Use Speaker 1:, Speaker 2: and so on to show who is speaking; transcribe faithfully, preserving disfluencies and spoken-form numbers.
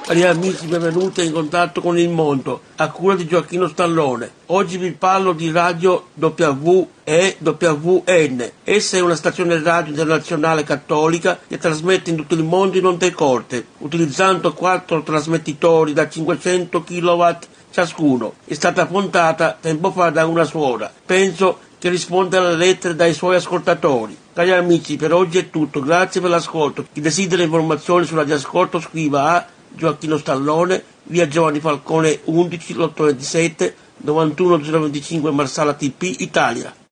Speaker 1: Cari amici, benvenuti in contatto con il mondo, a cura di Gioacchino Stallone. Oggi vi parlo di Radio W E W N. Essa è una stazione radio internazionale cattolica che trasmette in tutto il mondo in onde corte, utilizzando quattro trasmettitori da cinquecento chilowatt ciascuno. È stata fondata tempo fa da una suora. Penso che risponde alle lettere dai suoi ascoltatori. Cari amici, per oggi è tutto. Grazie per l'ascolto. Chi desidera informazioni su Radio Ascolto scriva a Gioacchino Stallone, via Giovanni Falcone undici, lotto ventisette, novantuno zero venticinque Marsala T P, Italia.